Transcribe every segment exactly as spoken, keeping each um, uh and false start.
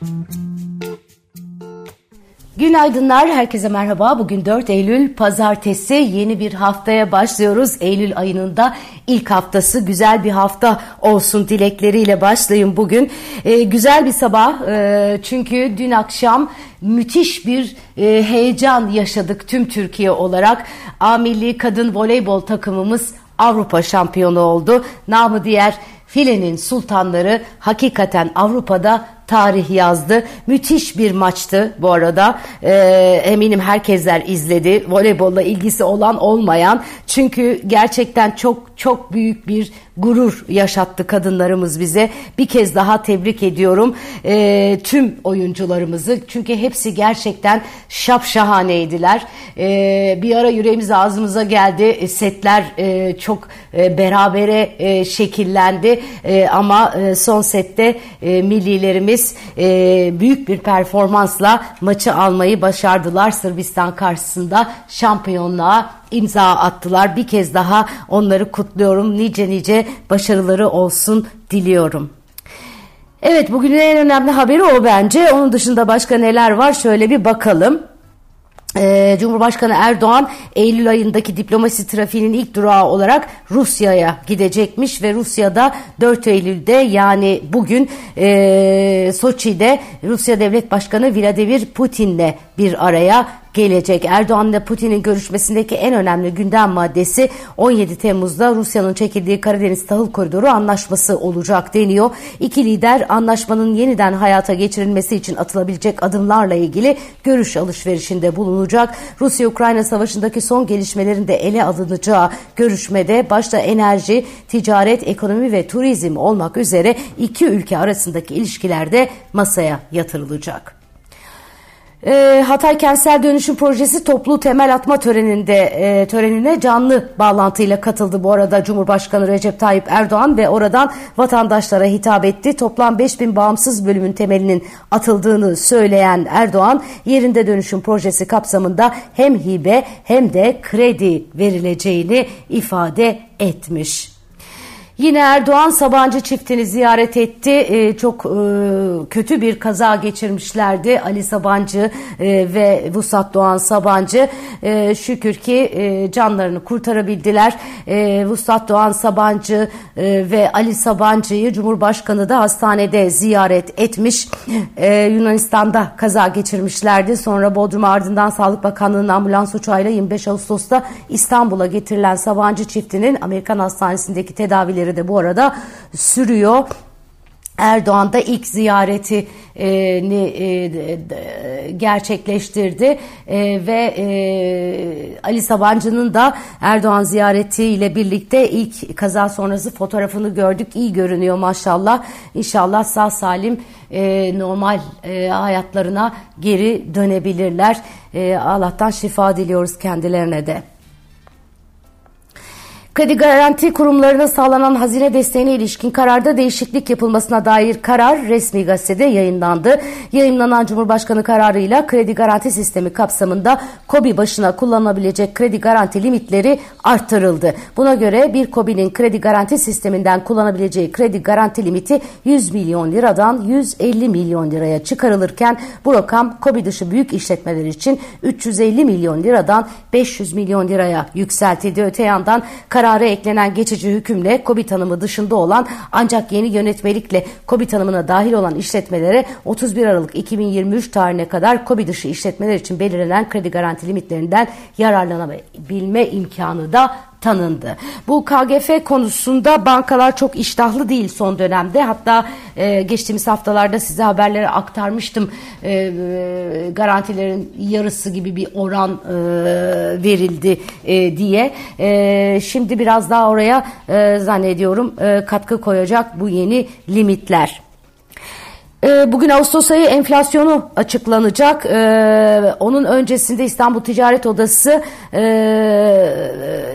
Günaydınlar, herkese merhaba. Bugün dört Eylül Pazartesi, yeni bir haftaya başlıyoruz. Eylül ayının da ilk haftası, güzel bir hafta olsun dilekleriyle başlayın bugün. Ee, güzel bir sabah, ee, çünkü dün akşam müthiş bir e, heyecan yaşadık tüm Türkiye olarak. A Milli Kadın Voleybol takımımız Avrupa şampiyonu oldu. Namı diğer Filenin sultanları hakikaten Avrupa'da tarih yazdı. Müthiş bir maçtı bu arada. Ee, eminim herkesler izledi. Voleybolla ilgisi olan olmayan. Çünkü gerçekten çok çok büyük bir gurur yaşattı kadınlarımız bize. Bir kez daha tebrik ediyorum ee, tüm oyuncularımızı. Çünkü hepsi gerçekten şapşahaneydiler. Ee, bir ara yüreğimiz ağzımıza geldi. Setler e, çok e, berabere e, şekillendi. E, ama e, son sette e, millilerimiz e, büyük bir performansla maçı almayı başardılar. Sırbistan karşısında şampiyonluğa imza attılar. Bir kez daha onları kutluyorum. Nice nice başarıları olsun diliyorum. Evet, bugünün en önemli haberi o bence. Onun dışında başka neler var? Şöyle bir bakalım. Ee, Cumhurbaşkanı Erdoğan Eylül ayındaki diplomasi trafiğinin ilk durağı olarak Rusya'ya gidecekmiş ve Rusya'da dört Eylül'de, yani bugün e, Soçi'de Rusya Devlet Başkanı Vladimir Putin'le bir araya gelecek. Erdoğan ile Putin'in görüşmesindeki en önemli gündem maddesi on yedi Temmuz'da Rusya'nın çekildiği Karadeniz Tahıl Koridoru anlaşması olacak deniyor. İki lider anlaşmanın yeniden hayata geçirilmesi için atılabilecek adımlarla ilgili görüş alışverişinde bulunacak. Rusya-Ukrayna savaşındaki son gelişmelerin de ele alınacağı görüşmede başta enerji, ticaret, ekonomi ve turizm olmak üzere iki ülke arasındaki ilişkilerde masaya yatırılacak. E, Hatay Kentsel Dönüşüm Projesi toplu temel atma töreninde e, törenine canlı bağlantıyla katıldı bu arada Cumhurbaşkanı Recep Tayyip Erdoğan ve oradan vatandaşlara hitap etti. Toplam beş bin bağımsız bölümün temelinin atıldığını söyleyen Erdoğan, yerinde dönüşüm projesi kapsamında hem hibe hem de kredi verileceğini ifade etmiş. Yine Erdoğan Sabancı çiftini ziyaret etti. Ee, çok e, kötü bir kaza geçirmişlerdi Ali Sabancı e, ve Vuslat Doğan Sabancı. E, şükür ki e, canlarını kurtarabildiler. E, Vuslat Doğan Sabancı e, ve Ali Sabancı'yı Cumhurbaşkanı da hastanede ziyaret etmiş. E, Yunanistan'da kaza geçirmişlerdi. Sonra Bodrum, ardından Sağlık Bakanlığı'nın ambulans uçağıyla yirmi beş Ağustos'ta İstanbul'a getirilen Sabancı çiftinin Amerikan Hastanesi'ndeki tedavileri de bu arada sürüyor. Erdoğan da ilk ziyaretini gerçekleştirdi ve Ali Sabancı'nın da Erdoğan ziyaretiyle birlikte ilk kaza sonrası fotoğrafını gördük. İyi görünüyor maşallah. İnşallah sağ salim normal hayatlarına geri dönebilirler. Allah'tan şifa diliyoruz kendilerine de. Kredi garanti kurumlarına sağlanan hazine desteğine ilişkin kararda değişiklik yapılmasına dair karar resmi gazetede yayınlandı. Yayınlanan Cumhurbaşkanı kararıyla kredi garanti sistemi kapsamında KOBİ başına kullanılabilecek kredi garanti limitleri arttırıldı. Buna göre bir KOBİ'nin kredi garanti sisteminden kullanabileceği kredi garanti limiti yüz milyon liradan yüz elli milyon liraya çıkarılırken bu rakam KOBİ dışı büyük işletmeler için üç yüz elli milyon liradan beş yüz milyon liraya yükseltildi. Öte yandan karar Karara eklenen geçici hükümle KOBİ tanımı dışında olan ancak yeni yönetmelikle KOBİ tanımına dahil olan işletmelere otuz bir Aralık iki bin yirmi üç tarihine kadar KOBİ dışı işletmeler için belirlenen kredi garanti limitlerinden yararlanabilme imkanı da tanındı. Bu K G F konusunda bankalar çok iştahlı değil son dönemde. Hatta e, geçtiğimiz haftalarda size haberleri aktarmıştım. E, e, garantilerin yarısı gibi bir oran e, verildi e, diye. E, şimdi biraz daha oraya e, zannediyorum e, katkı koyacak bu yeni limitler. Bugün Ağustos ayı enflasyonu açıklanacak. Ee, onun öncesinde İstanbul Ticaret Odası e,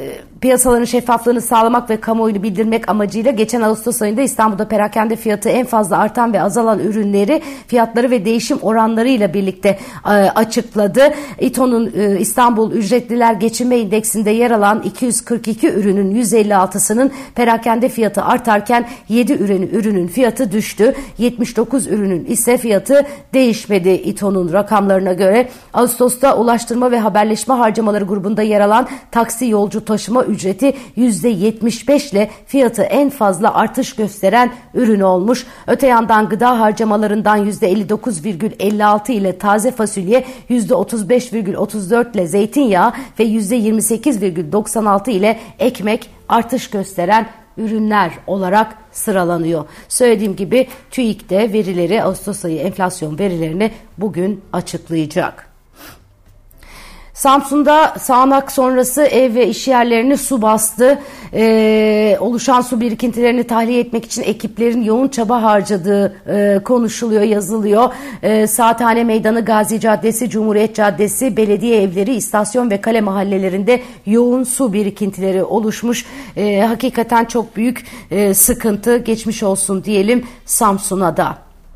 piyasaların şeffaflığını sağlamak ve kamuoyunu bildirmek amacıyla geçen Ağustos ayında İstanbul'da perakende fiyatı en fazla artan ve azalan ürünleri fiyatları ve değişim oranlarıyla birlikte e, açıkladı. İTO'nun e, İstanbul Ücretliler Geçinme İndeksinde yer alan iki yüz kırk iki ürünün yüz elli altısının perakende fiyatı artarken yedi ürünün, ürünün fiyatı düştü. yetmiş dokuz ürünün ise fiyatı değişmedi İTO'nun rakamlarına göre. Ağustos'ta ulaştırma ve haberleşme harcamaları grubunda yer alan taksi yolcu taşıma ücreti yüzde yetmiş beş ile fiyatı en fazla artış gösteren ürün olmuş. Öte yandan gıda harcamalarından yüzde elli dokuz virgül elli altı ile taze fasulye, yüzde otuz beş virgül otuz dört ile zeytinyağı ve yüzde yirmi sekiz virgül doksan altı ile ekmek artış gösteren ürünler olarak sıralanıyor. Söylediğim gibi TÜİK de verileri, Ağustos ayı enflasyon verilerini bugün açıklayacak. Samsun'da sağanak sonrası ev ve iş yerlerini su bastı. Ee, oluşan su birikintilerini tahliye etmek için ekiplerin yoğun çaba harcadığı e, konuşuluyor, yazılıyor. E, Saathane Meydanı, Gazi Caddesi, Cumhuriyet Caddesi, belediye evleri, istasyon ve kale mahallelerinde yoğun su birikintileri oluşmuş. E, hakikaten çok büyük e, sıkıntı, geçmiş olsun diyelim Samsun'a da.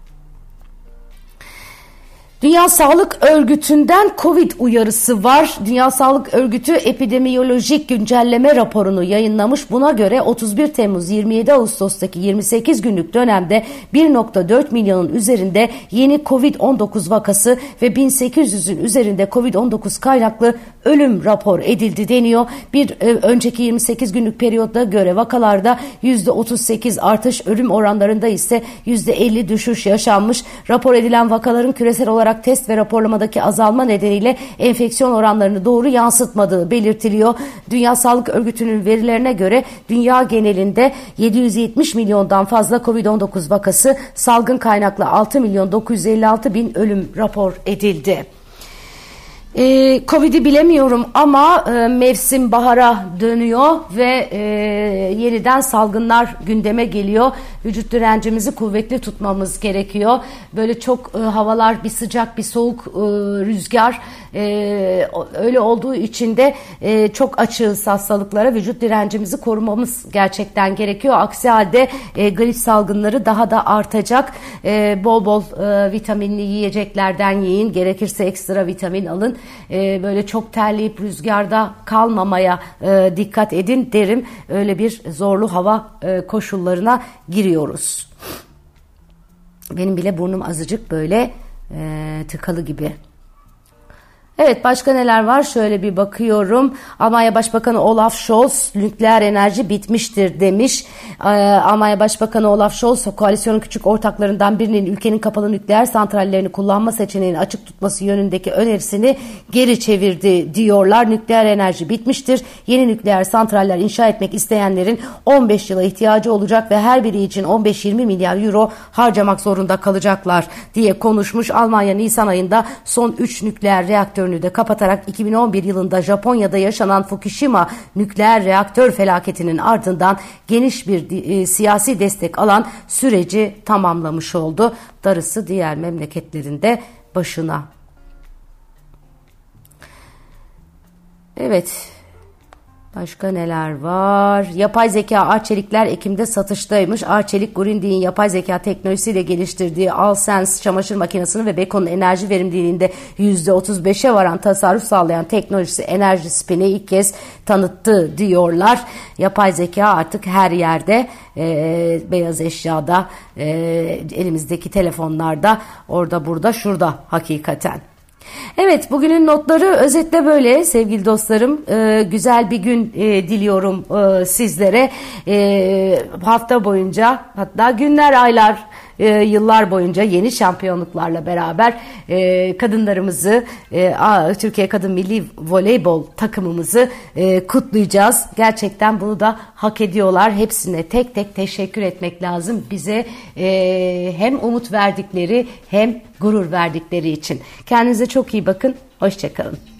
Dünya Sağlık Örgütü'nden Covid uyarısı var. Dünya Sağlık Örgütü epidemiyolojik güncelleme raporunu yayınlamış. Buna göre otuz bir Temmuz yirmi yedi Ağustos'taki yirmi sekiz günlük dönemde bir virgül dört milyonun üzerinde yeni Covid on dokuz vakası ve bin sekiz yüzün üzerinde Covid on dokuz kaynaklı ölüm rapor edildi deniyor. Bir e, önceki yirmi sekiz günlük periyoda göre vakalarda yüzde otuz sekiz artış, ölüm oranlarında ise yüzde elli düşüş yaşanmış. Rapor edilen vakaların küresel olarak test ve raporlamadaki azalma nedeniyle enfeksiyon oranlarını doğru yansıtmadığı belirtiliyor. Dünya Sağlık Örgütü'nün verilerine göre dünya genelinde yedi yüz yetmiş milyondan fazla Covid on dokuz vakası, salgın kaynaklı altı milyon dokuz yüz elli altı bin ölüm rapor edildi. Ee, Covid'i bilemiyorum ama e, mevsim bahara dönüyor ve e, yeniden salgınlar gündeme geliyor. Vücut direncimizi kuvvetli tutmamız gerekiyor. Böyle çok e, havalar bir sıcak bir soğuk e, rüzgar e, öyle olduğu için de e, çok açığız hastalıklara. Vücut direncimizi korumamız gerçekten gerekiyor. Aksi halde e, grip salgınları daha da artacak. E, bol bol e, vitaminli yiyeceklerden yiyin. Gerekirse ekstra vitamin alın. Ee, böyle çok terleyip rüzgarda kalmamaya e, dikkat edin derim. Öyle bir zorlu hava e, koşullarına giriyoruz. Benim bile burnum azıcık böyle e, tıkalı gibi. Evet, başka neler var? Şöyle bir bakıyorum. Almanya Başbakanı Olaf Scholz nükleer enerji bitmiştir demiş. Ee, Almanya Başbakanı Olaf Scholz koalisyonun küçük ortaklarından birinin ülkenin kapalı nükleer santrallerini kullanma seçeneğini açık tutması yönündeki önerisini geri çevirdi diyorlar. Nükleer enerji bitmiştir. Yeni nükleer santraller inşa etmek isteyenlerin on beş yıla ihtiyacı olacak ve her biri için on beş yirmi milyar euro harcamak zorunda kalacaklar diye konuşmuş. Almanya Nisan ayında son üç nükleer reaktör de kapatarak iki bin on bir yılında Japonya'da yaşanan Fukushima nükleer reaktör felaketinin ardından geniş bir e, siyasi destek alan süreci tamamlamış oldu. Darısı diğer memleketlerinde başına. Evet. Başka neler var? Yapay zeka Arçelikler Ekim'de satıştaymış. Arçelik, Grundig'in yapay zeka teknolojisiyle geliştirdiği Alsense çamaşır makinesini ve Beko'nun enerji verimliliğinde yüzde otuz beşe varan tasarruf sağlayan teknolojisi Enerji Spin'i ilk kez tanıttı diyorlar. Yapay zeka artık her yerde, e, beyaz eşyada, e, elimizdeki telefonlarda, orada burada şurada hakikaten. Evet, bugünün notları özetle böyle sevgili dostlarım. Ee, güzel bir gün e, diliyorum e, sizlere. E, hafta boyunca, hatta günler, aylar, e, yıllar boyunca yeni şampiyonluklarla beraber e, kadınlarımızı, e, Türkiye Kadın Milli Voleybol takımımızı e, kutlayacağız. Gerçekten bunu da hak ediyorlar. Hepsine tek tek teşekkür etmek lazım. Bize e, hem umut verdikleri hem gurur verdikleri için. Kendinize çok iyi bakın. Hoşça kalın.